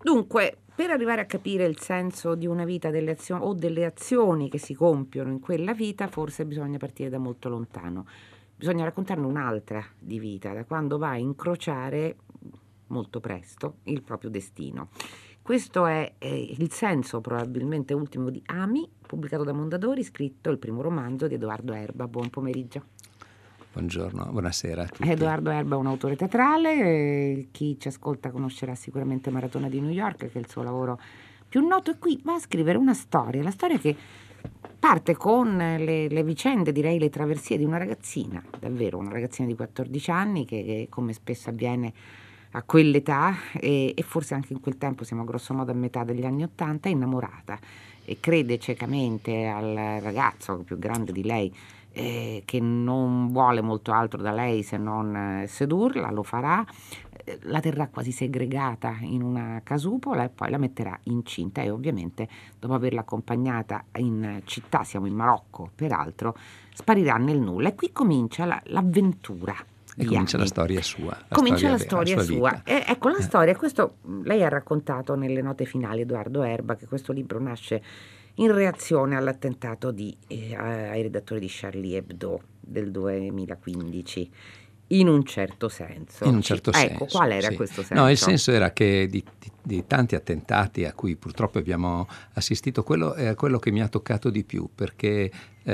Dunque, per arrivare a capire il senso di una vita, delle azioni o delle azioni che si compiono in quella vita, forse bisogna partire da molto lontano. Bisogna raccontarne un'altra di vita, da quando va a incrociare molto presto il proprio destino. Questo è il senso probabilmente ultimo di Ami, pubblicato da Mondadori, scritto il primo romanzo di Edoardo Erba. Buon pomeriggio. Buongiorno, buonasera a tutti. Edoardo Erba è un autore teatrale, chi ci ascolta conoscerà sicuramente Maratona di New York, che è il suo lavoro più noto, e qui va a scrivere una storia, la storia che parte con le vicende, direi le traversie di una ragazzina, davvero una ragazzina di 14 anni che come spesso avviene a quell'età e forse anche in quel tempo, siamo grosso modo a metà degli anni '80, è innamorata e crede ciecamente al ragazzo più grande di lei, che non vuole molto altro da lei se non sedurla, lo farà, la terrà quasi segregata in una casupola e poi la metterà incinta e ovviamente dopo averla accompagnata in città, siamo in Marocco peraltro, sparirà nel nulla e qui comincia l'avventura. E comincia la storia sua. Comincia la storia sua. Ecco, la storia, questo lei ha raccontato nelle note finali, Edoardo Erba, che questo libro nasce in reazione all'attentato ai redattori di Charlie Hebdo del 2015. In un certo senso. In un certo senso. Ecco, qual era questo senso? No, il senso era che di tanti attentati a cui purtroppo abbiamo assistito, quello è quello che mi ha toccato di più, perché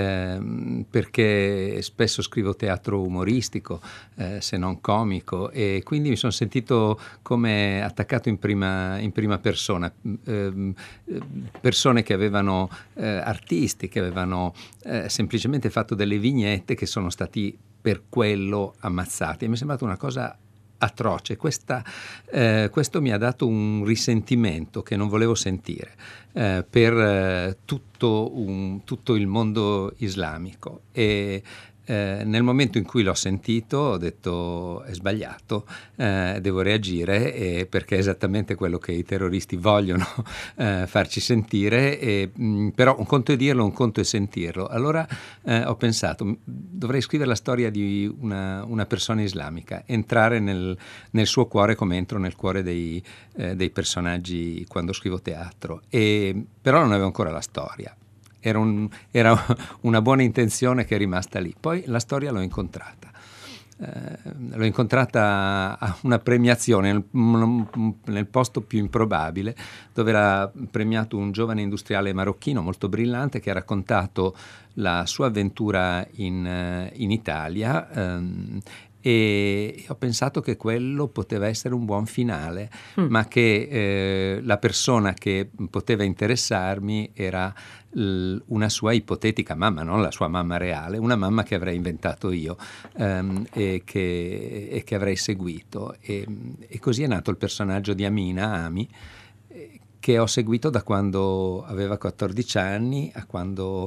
spesso scrivo teatro umoristico, se non comico, e quindi mi sono sentito come attaccato in prima persona. Persone che avevano, artisti che avevano semplicemente fatto delle vignette che sono stati per quello ammazzati, e mi è sembrata una cosa atroce. Questo mi ha dato un risentimento che non volevo sentire per tutto il mondo islamico, e nel momento in cui l'ho sentito ho detto è sbagliato, devo reagire, perché è esattamente quello che i terroristi vogliono farci sentire, però un conto è dirlo, un conto è sentirlo. Allora ho pensato, dovrei scrivere la storia di una persona islamica, entrare nel suo cuore come entro nel cuore dei personaggi quando scrivo teatro, però non avevo ancora la storia. Era una buona intenzione che è rimasta lì. Poi la storia l'ho incontrata a una premiazione nel posto più improbabile, dove era premiato un giovane industriale marocchino molto brillante che ha raccontato la sua avventura in Italia, e ho pensato che quello poteva essere un buon finale, ma che la persona che poteva interessarmi era una sua ipotetica mamma, non la sua mamma reale, una mamma che avrei inventato io, e che avrei seguito, e così è nato il personaggio di Ami, che ho seguito da quando aveva 14 anni a quando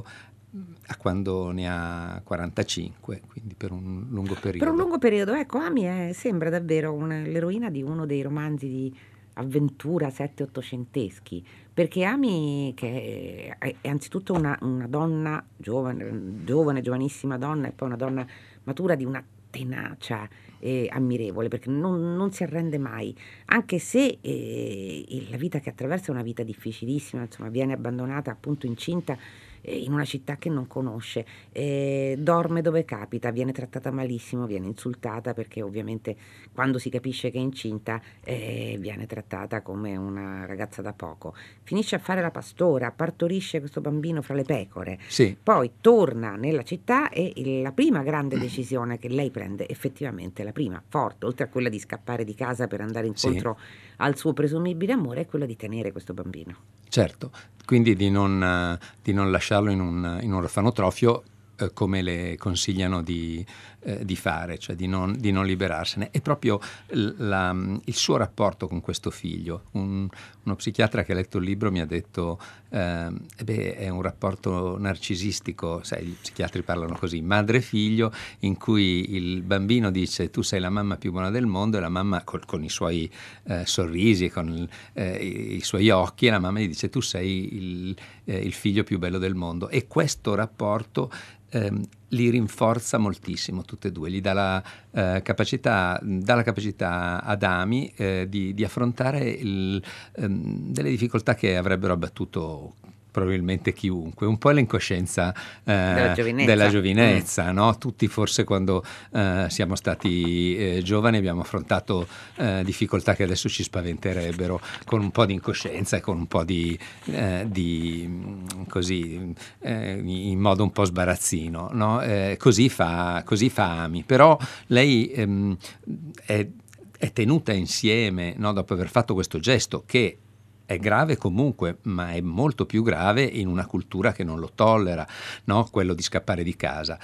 ne ha 45, quindi per un lungo periodo. Per un lungo periodo, ecco, Ami sembra davvero l'eroina di uno dei romanzi di avventura 7-800eschi, perché Ami, che è anzitutto una donna giovanissima donna, e poi una donna matura di una tenacia ammirevole, perché non si arrende mai, anche se la vita che attraversa è una vita difficilissima, insomma, viene abbandonata appunto incinta in una città che non conosce, dorme dove capita, viene trattata malissimo, viene insultata, perché ovviamente quando si capisce che è incinta viene trattata come una ragazza da poco. Finisce a fare la pastora, partorisce questo bambino fra le pecore, sì. Poi torna nella città e la prima grande decisione che lei prende, effettivamente la prima, forte, oltre a quella di scappare di casa per andare incontro al suo presumibile amore, è quella di tenere questo bambino. Certo, quindi di non lasciarlo in un orfanotrofio, come le consigliano di fare, cioè di non liberarsene. È proprio il suo rapporto con questo figlio. Uno psichiatra che ha letto il libro mi ha detto è un rapporto narcisistico, sai, gli psichiatri parlano così, madre-figlio, in cui il bambino dice tu sei la mamma più buona del mondo, e la mamma con i suoi sorrisi, con i suoi occhi, e la mamma gli dice tu sei il figlio più bello del mondo, e questo rapporto li rinforza moltissimo tutte e due, gli dà la capacità ad Ami di affrontare delle difficoltà che avrebbero abbattuto probabilmente chiunque, un po' l'incoscienza Della della giovinezza. giovinezza, no? Tutti forse quando siamo stati giovani abbiamo affrontato difficoltà che adesso ci spaventerebbero, con un po' di incoscienza e con un po' così in modo un po' sbarazzino, no? Così fa Ami, però lei è tenuta insieme, no? Dopo aver fatto questo gesto che è grave comunque, ma è molto più grave in una cultura che non lo tollera, no? Quello di scappare di casa.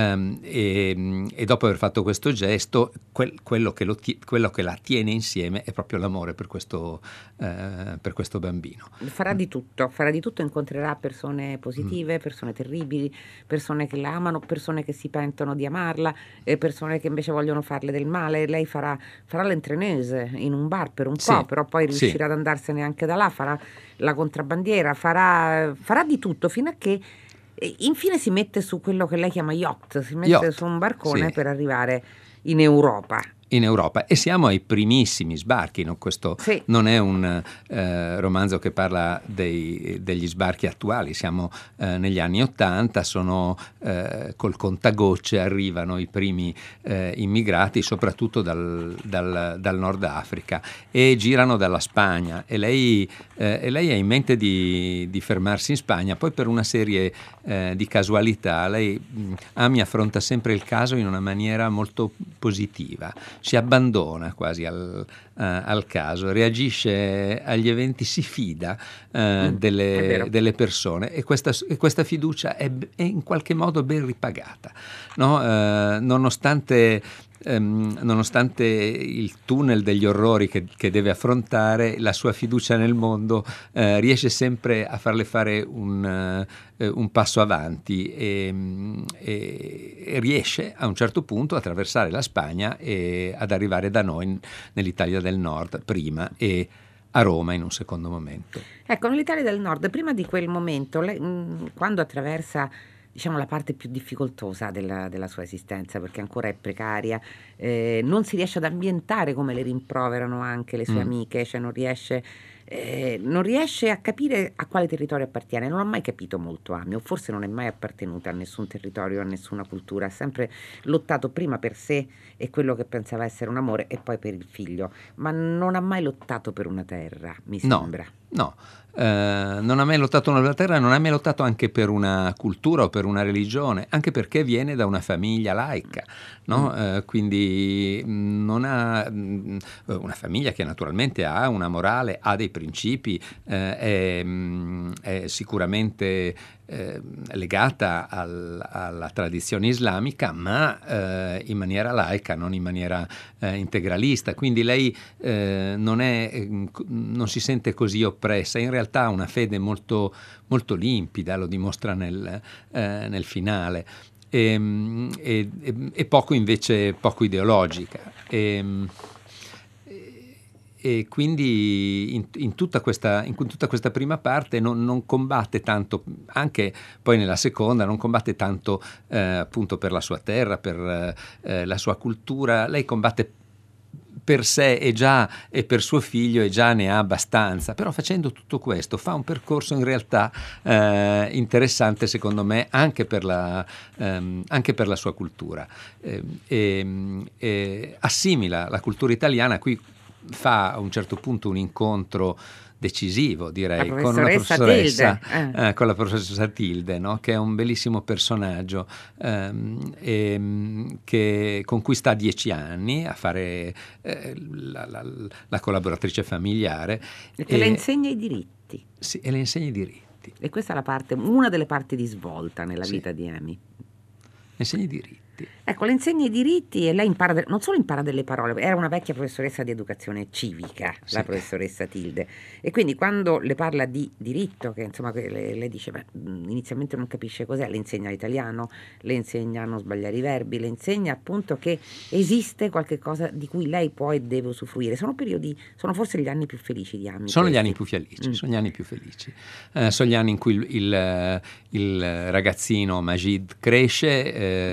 E dopo aver fatto questo gesto, quello che la tiene insieme è proprio l'amore per questo bambino. Farà di tutto, incontrerà persone positive, persone terribili, persone che la amano, persone che si pentono di amarla, persone che invece vogliono farle del male. Lei farà l'entreneuse in un bar per un po', però poi riuscirà ad andarsene anche da là, farà la contrabbandiera, farà di tutto fino a che infine si mette su quello che lei chiama yacht, si mette su un barcone per arrivare in Europa. E siamo ai primissimi sbarchi, no? Questo non è un romanzo che parla degli sbarchi attuali, siamo negli anni '80, col contagocce arrivano i primi immigrati soprattutto dal Nord Africa e girano dalla Spagna e lei ha in mente di fermarsi in Spagna, poi per una serie di casualità Ami affronta sempre il caso in una maniera molto positiva, si abbandona quasi al caso, reagisce agli eventi, si fida delle persone e questa fiducia è in qualche modo ben ripagata, no? Nonostante il tunnel degli orrori che deve affrontare, la sua fiducia nel mondo riesce sempre a farle fare un passo avanti e riesce a un certo punto a attraversare la Spagna e ad arrivare da noi nell'Italia del Nord prima e a Roma in un secondo momento. Ecco, nell'Italia del Nord, prima di quel momento, lei, quando attraversa diciamo la parte più difficoltosa della sua esistenza, perché ancora è precaria, non si riesce ad ambientare come le rimproverano anche le sue amiche, cioè non riesce a capire a quale territorio appartiene. Non ho mai capito molto Ami, o forse non è mai appartenuta a nessun territorio, a nessuna cultura, ha sempre lottato prima per sé e quello che pensava essere un amore e poi per il figlio, ma non ha mai lottato per una terra, mi sembra. No. Non ha mai lottato per una terra, non ha mai lottato anche per una cultura o per una religione, anche perché viene da una famiglia laica, no? Quindi non ha una famiglia che naturalmente ha una morale, ha dei principi, è sicuramente legata alla tradizione islamica, ma in maniera laica, non in maniera integralista. Quindi lei non si sente così oppressa, in realtà ha una fede molto, molto limpida, lo dimostra nel finale, e poco ideologica. E quindi in tutta questa prima parte non combatte tanto, anche poi nella seconda non combatte tanto appunto per la sua terra, per la sua cultura. Lei combatte per sé e per suo figlio e già ne ha abbastanza, però facendo tutto questo fa un percorso in realtà interessante secondo me anche per la sua cultura, assimila la cultura italiana. Qui fa a un certo punto un incontro decisivo, direi, con la professoressa Tilde, no? Che è un bellissimo personaggio con cui sta 10 anni a fare la collaboratrice familiare. E che le insegna i diritti. Sì, e le insegna i diritti. E questa è una delle parti di svolta nella vita di Ami. Le insegna i diritti. Ecco, le insegna i diritti e lei non solo impara delle parole, era una vecchia professoressa di educazione civica, la professoressa Tilde, e quindi quando le parla di diritto, che insomma le dice, inizialmente non capisce cos'è, le insegna l'italiano, le insegna a non sbagliare i verbi, le insegna appunto che esiste qualche cosa di cui lei può e deve usufruire. Sono forse gli anni più felici di Ami. Sono gli anni più felici, sono gli anni più felici. Sono gli anni in cui il ragazzino Majid cresce,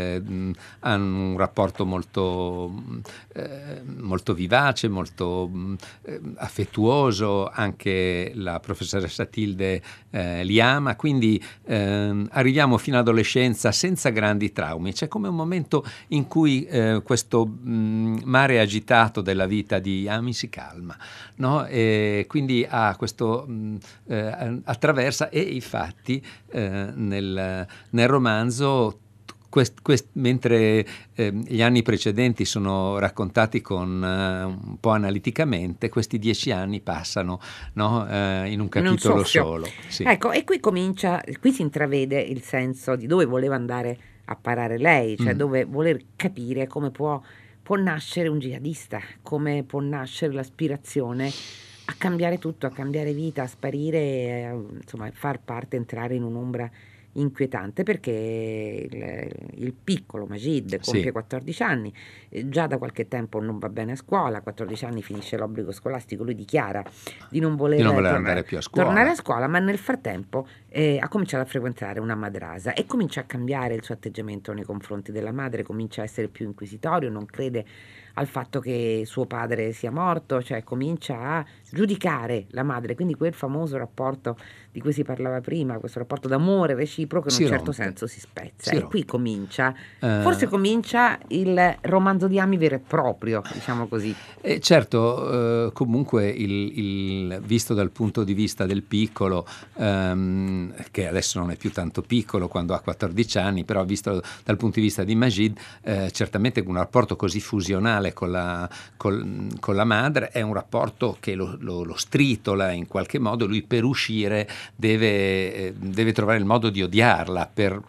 hanno un rapporto molto, molto vivace, molto affettuoso, anche la professoressa Tilde li ama, quindi arriviamo fino all'adolescenza senza grandi traumi. C'è come un momento in cui questo mare agitato della vita di Amy si calma, no? E quindi ha questo attraversa, e infatti nel romanzo, mentre gli anni precedenti sono raccontati con un po' analiticamente, questi 10 anni passano, no? In un capitolo solo. Sì. Ecco, e qui si intravede il senso di dove voleva andare a parare lei, cioè dove voler capire come può nascere un jihadista, come può nascere l'aspirazione a cambiare tutto, a cambiare vita, a sparire, insomma, far parte, entrare in un'ombra inquietante, perché il piccolo Majid compie 14 anni, già da qualche tempo non va bene a scuola, a 14 anni finisce l'obbligo scolastico, lui dichiara di non voler andare più a scuola. Tornare a scuola, ma nel frattempo ha cominciato a frequentare una madrasa e comincia a cambiare il suo atteggiamento nei confronti della madre, comincia a essere più inquisitorio, non crede al fatto che suo padre sia morto, cioè comincia a giudicare la madre, quindi quel famoso rapporto di cui si parlava prima, questo rapporto d'amore reciproco in un certo senso si spezza, e qui comincia, forse comincia il romanzo di Amy vero e proprio, diciamo così. Certo, comunque visto dal punto di vista del piccolo, che adesso non è più tanto piccolo quando ha 14 anni, però visto dal punto di vista di Majid, certamente un rapporto così fusionale con la madre è un rapporto che lo stritola in qualche modo. Lui per uscire deve trovare il modo di odiarla per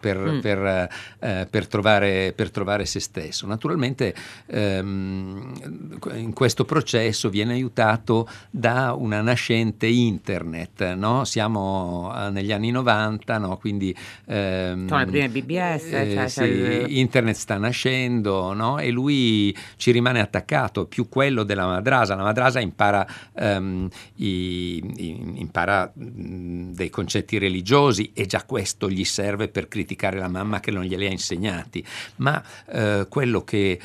trovare se stesso. Naturalmente in questo processo viene aiutato da una nascente internet, no? Siamo negli anni 90, no? Quindi sono le prime BBS, internet sta nascendo, no? E lui ci rimane attaccato, più quello della madrasa. La madrasa impara dei concetti religiosi, e già questo gli serve per criticare la mamma che non glieli ha insegnati, ma quello che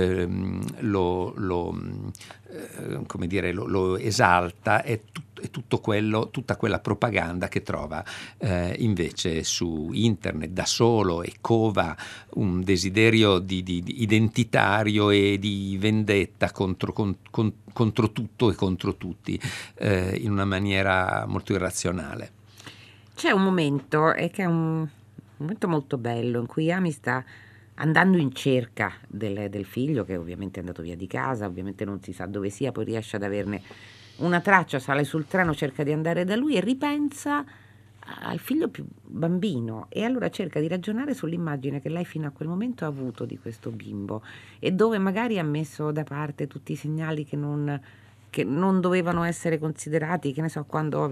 lo esalta è tutto quello, tutta quella propaganda che trova invece su internet da solo, e cova un desiderio di identitario e di vendetta contro tutto e contro tutti, in una maniera molto irrazionale. C'è un momento, che è un momento molto bello, in cui Amy sta andando in cerca del figlio, che ovviamente è andato via di casa, ovviamente non si sa dove sia, poi riesce ad averne una traccia, sale sul treno, cerca di andare da lui e ripensa al figlio più bambino, e allora cerca di ragionare sull'immagine che lei fino a quel momento ha avuto di questo bimbo, e dove magari ha messo da parte tutti i segnali che non dovevano essere considerati, che ne so, quando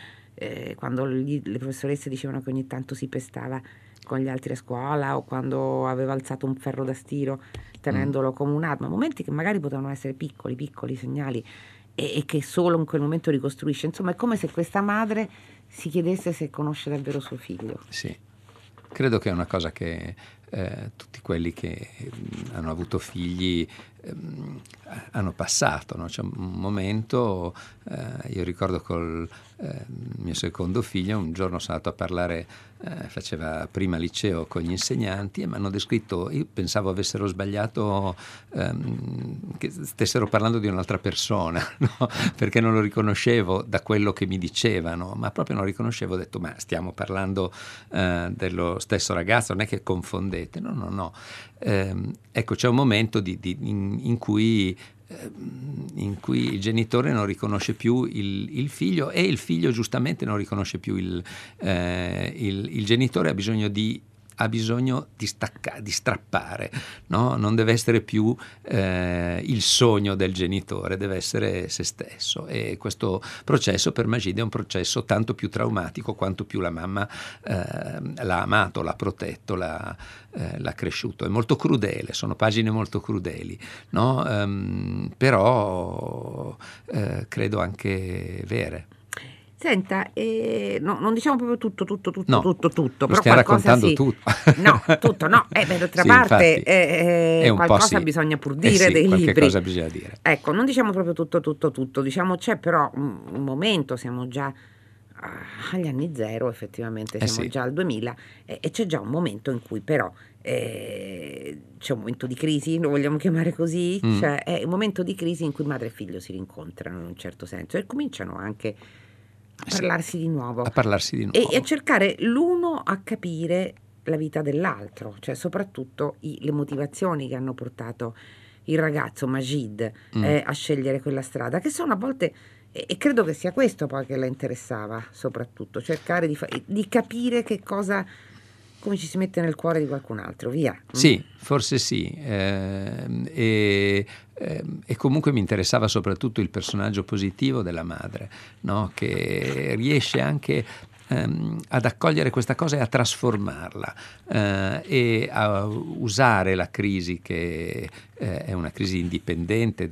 le professoresse dicevano che ogni tanto si pestava con gli altri a scuola, o quando aveva alzato un ferro da stiro tenendolo come un'arma, momenti che magari potevano essere piccoli segnali, e che solo in quel momento ricostruisce. Insomma, è come se questa madre si chiedesse se conosce davvero suo figlio. Sì, credo che è una cosa che tutti quelli che hanno avuto figli hanno passato, no? C'è un momento, io ricordo col mio secondo figlio, un giorno sono andato a parlare, faceva prima liceo con gli insegnanti, e mi hanno descritto, io pensavo avessero sbagliato, che stessero parlando di un'altra persona, no? Perché non lo riconoscevo da quello che mi dicevano, ma proprio non riconoscevo. Ho detto, ma stiamo parlando dello stesso ragazzo, non è che confondete, no. Ecco, c'è un momento in cui il genitore non riconosce più il figlio, e il figlio giustamente non riconosce più il genitore, ha bisogno di strappare, no? Non deve essere più il sogno del genitore, deve essere se stesso, e questo processo per Majid è un processo tanto più traumatico quanto più la mamma l'ha amato, l'ha protetto, l'ha cresciuto. È molto crudele, sono pagine molto crudeli, no? Però credo anche vere. Senta, non diciamo proprio tutto, No, però stiamo qualcosa raccontando sì. tutto. No, tutto no. D'altra Sì, parte infatti, è un po' qualcosa sì. bisogna pur dire Sì, dei qualche libri. cosa bisogna dire. Ecco, non diciamo proprio tutto, diciamo c'è però un momento, siamo già agli anni zero, effettivamente siamo Sì. già al 2000 e c'è già un momento in cui però c'è un momento di crisi, lo vogliamo chiamare così, cioè è un momento di crisi in cui madre e figlio si rincontrano in un certo senso e cominciano anche a parlarsi di nuovo A parlarsi di e a nuovo. cercare l'uno a capire la vita dell'altro, cioè soprattutto le motivazioni che hanno portato il ragazzo Majid a scegliere quella strada, che sono a volte, e credo che sia questo poi che la interessava soprattutto, cercare di capire che cosa, come ci si mette nel cuore di qualcun altro, via. Sì, forse sì. E comunque mi interessava soprattutto il personaggio positivo della madre, no? Che riesce anche ad accogliere questa cosa e a trasformarla e a usare la crisi, che è una crisi indipendente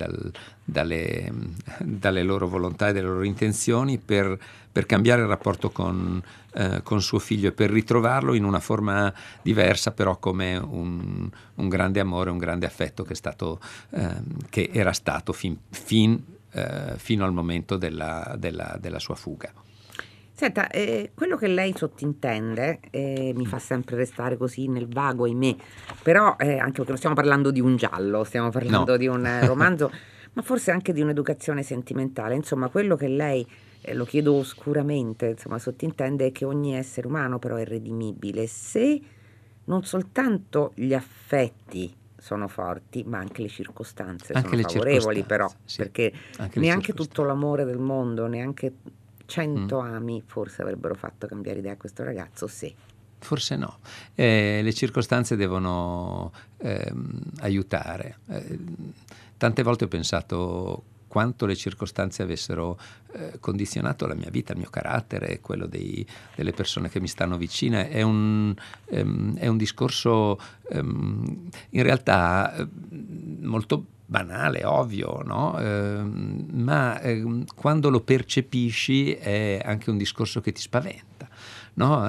dalle loro volontà e dalle loro intenzioni, per cambiare il rapporto con suo figlio e per ritrovarlo in una forma diversa, però come un grande amore, un grande affetto che era stato fino al momento della sua fuga. Senta, quello che lei sottintende mi fa sempre restare così nel vago, ahimè, però anche perché non stiamo parlando di un giallo, stiamo parlando di un romanzo, ma forse anche di un'educazione sentimentale. Insomma, quello che lei, lo chiedo oscuramente, insomma, sottintende è che ogni essere umano però è redimibile se non soltanto gli affetti sono forti, ma anche le circostanze Anche sono le favorevoli, però, circostanze, sì, perché anche le neanche tutto circostanze. l'amore del mondo, neanche 100 ami forse avrebbero fatto cambiare idea a questo ragazzo, sì. Forse no. Le circostanze devono aiutare. Tante volte ho pensato quanto le circostanze avessero condizionato la mia vita, il mio carattere, quello delle persone che mi stanno vicine. È un discorso in realtà molto banale, ovvio, no? Ma quando lo percepisci è anche un discorso che ti spaventa. No?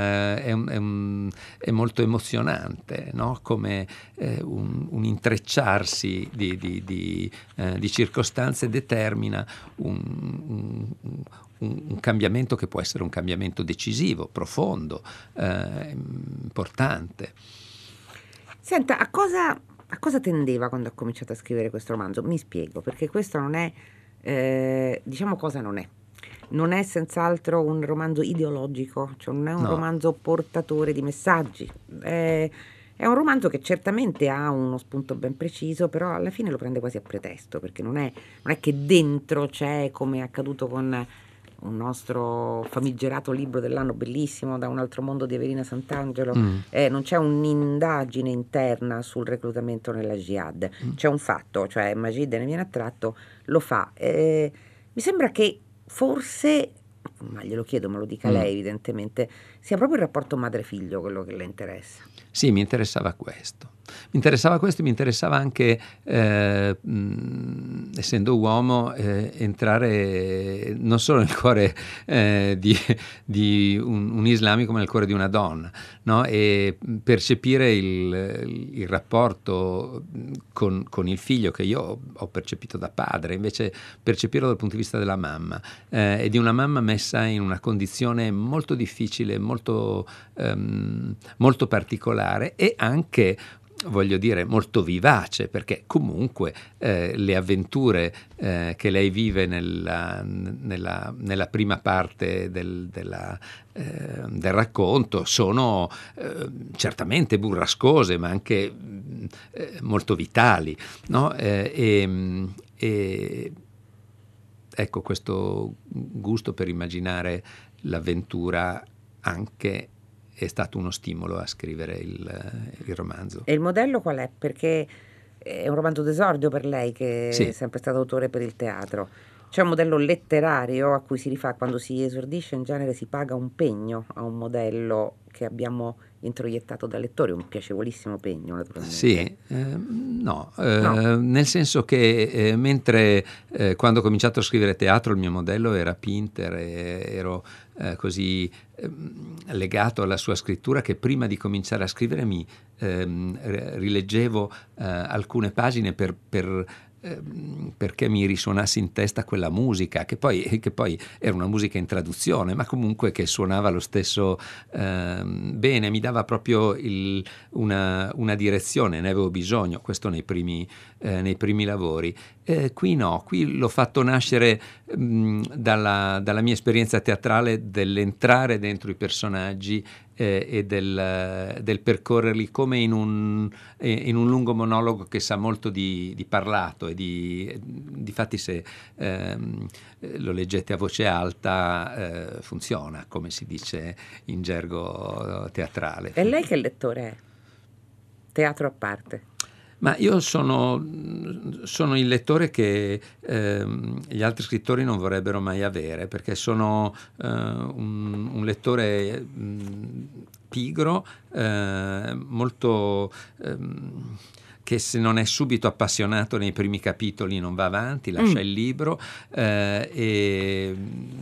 È molto emozionante, no? Come un intrecciarsi di circostanze determina un cambiamento che può essere un cambiamento decisivo, profondo, importante. Senta, a cosa tendeva quando ha cominciato a scrivere questo romanzo? Mi spiego, perché questo non è, diciamo cosa non è. Non è senz'altro un romanzo ideologico, cioè non è un romanzo portatore di messaggi. È un romanzo che certamente ha uno spunto ben preciso, però alla fine lo prende quasi a pretesto, perché non è che dentro c'è, come è accaduto con un nostro famigerato libro dell'anno bellissimo, Da un altro mondo di Avelina Sant'Angelo, non c'è un'indagine interna sul reclutamento nella Jihad, c'è un fatto, cioè Majid ne viene attratto, lo fa. Mi sembra che forse, ma glielo chiedo, me lo dica lei evidentemente, sia proprio il rapporto madre-figlio quello che le interessa. Sì, mi interessava questo. Mi interessava anche, essendo uomo, entrare non solo nel cuore di un islamico, ma nel cuore di una donna, no? E percepire il rapporto con il figlio, che io ho percepito da padre, invece percepirlo dal punto di vista della mamma, e di una mamma messa in una condizione molto difficile, molto particolare e anche, voglio dire, molto vivace, perché comunque le avventure che lei vive nella prima parte del racconto sono certamente burrascose, ma anche molto vitali, no? E ecco, questo gusto per immaginare l'avventura anche è stato uno stimolo a scrivere il romanzo. E il modello qual è? Perché è un romanzo d'esordio per lei, che Sì. è sempre stato autore per il teatro. C'è un modello letterario a cui si rifà quando si esordisce in genere, si paga un pegno a un modello che abbiamo introiettato da lettori, un piacevolissimo pegno naturalmente. Sì, no, nel senso che mentre quando ho cominciato a scrivere teatro il mio modello era Pinter e ero così legato alla sua scrittura che prima di cominciare a scrivere mi rileggevo alcune pagine perché mi risuonasse in testa quella musica, che poi era una musica in traduzione, ma comunque che suonava lo stesso bene, mi dava proprio una direzione, ne avevo bisogno, questo nei primi lavori. Qui no, qui l'ho fatto nascere dalla mia esperienza teatrale, dell'entrare dentro i personaggi e del percorrerli come in un lungo monologo che sa molto di parlato, e difatti se lo leggete a voce alta funziona, come si dice in gergo teatrale. E lei che lettore è? Teatro a parte. Ma io sono il lettore che gli altri scrittori non vorrebbero mai avere, perché sono un lettore pigro, molto che se non è subito appassionato nei primi capitoli non va avanti, lascia il libro, e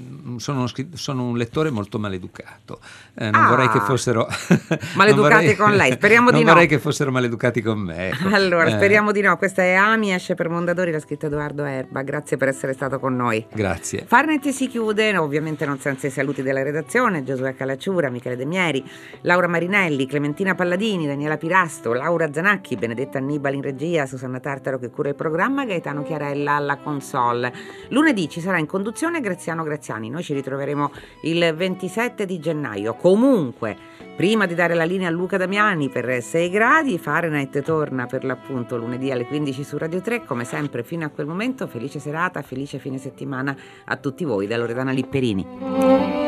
sono un lettore molto maleducato. Non vorrei che fossero maleducati con lei, speriamo di no. Non vorrei che fossero maleducati con me. Ecco. Allora, speriamo di no. Questa è Ami, esce per Mondadori, l'ha scritta Edoardo Erba. Grazie per essere stato con noi. Grazie. Farnet si chiude, ovviamente non senza i saluti della redazione: Giosuè Calacciura, Michele De Mieri, Laura Marinelli, Clementina Palladini, Daniela Pirasto, Laura Zanacchi, Benedetta Annibali in regia, Susanna Tartaro che cura il programma, Gaetano Chiarella alla console. Lunedì ci sarà in conduzione Graziano Graziani. Noi ci ritroveremo il 27 di gennaio. Comunque, prima di dare la linea a Luca Damiani per 6 gradi, Fahrenheit torna per l'appunto lunedì alle 15 su Radio 3. Come sempre, fino a quel momento, felice serata, felice fine settimana a tutti voi da Loredana Lipperini.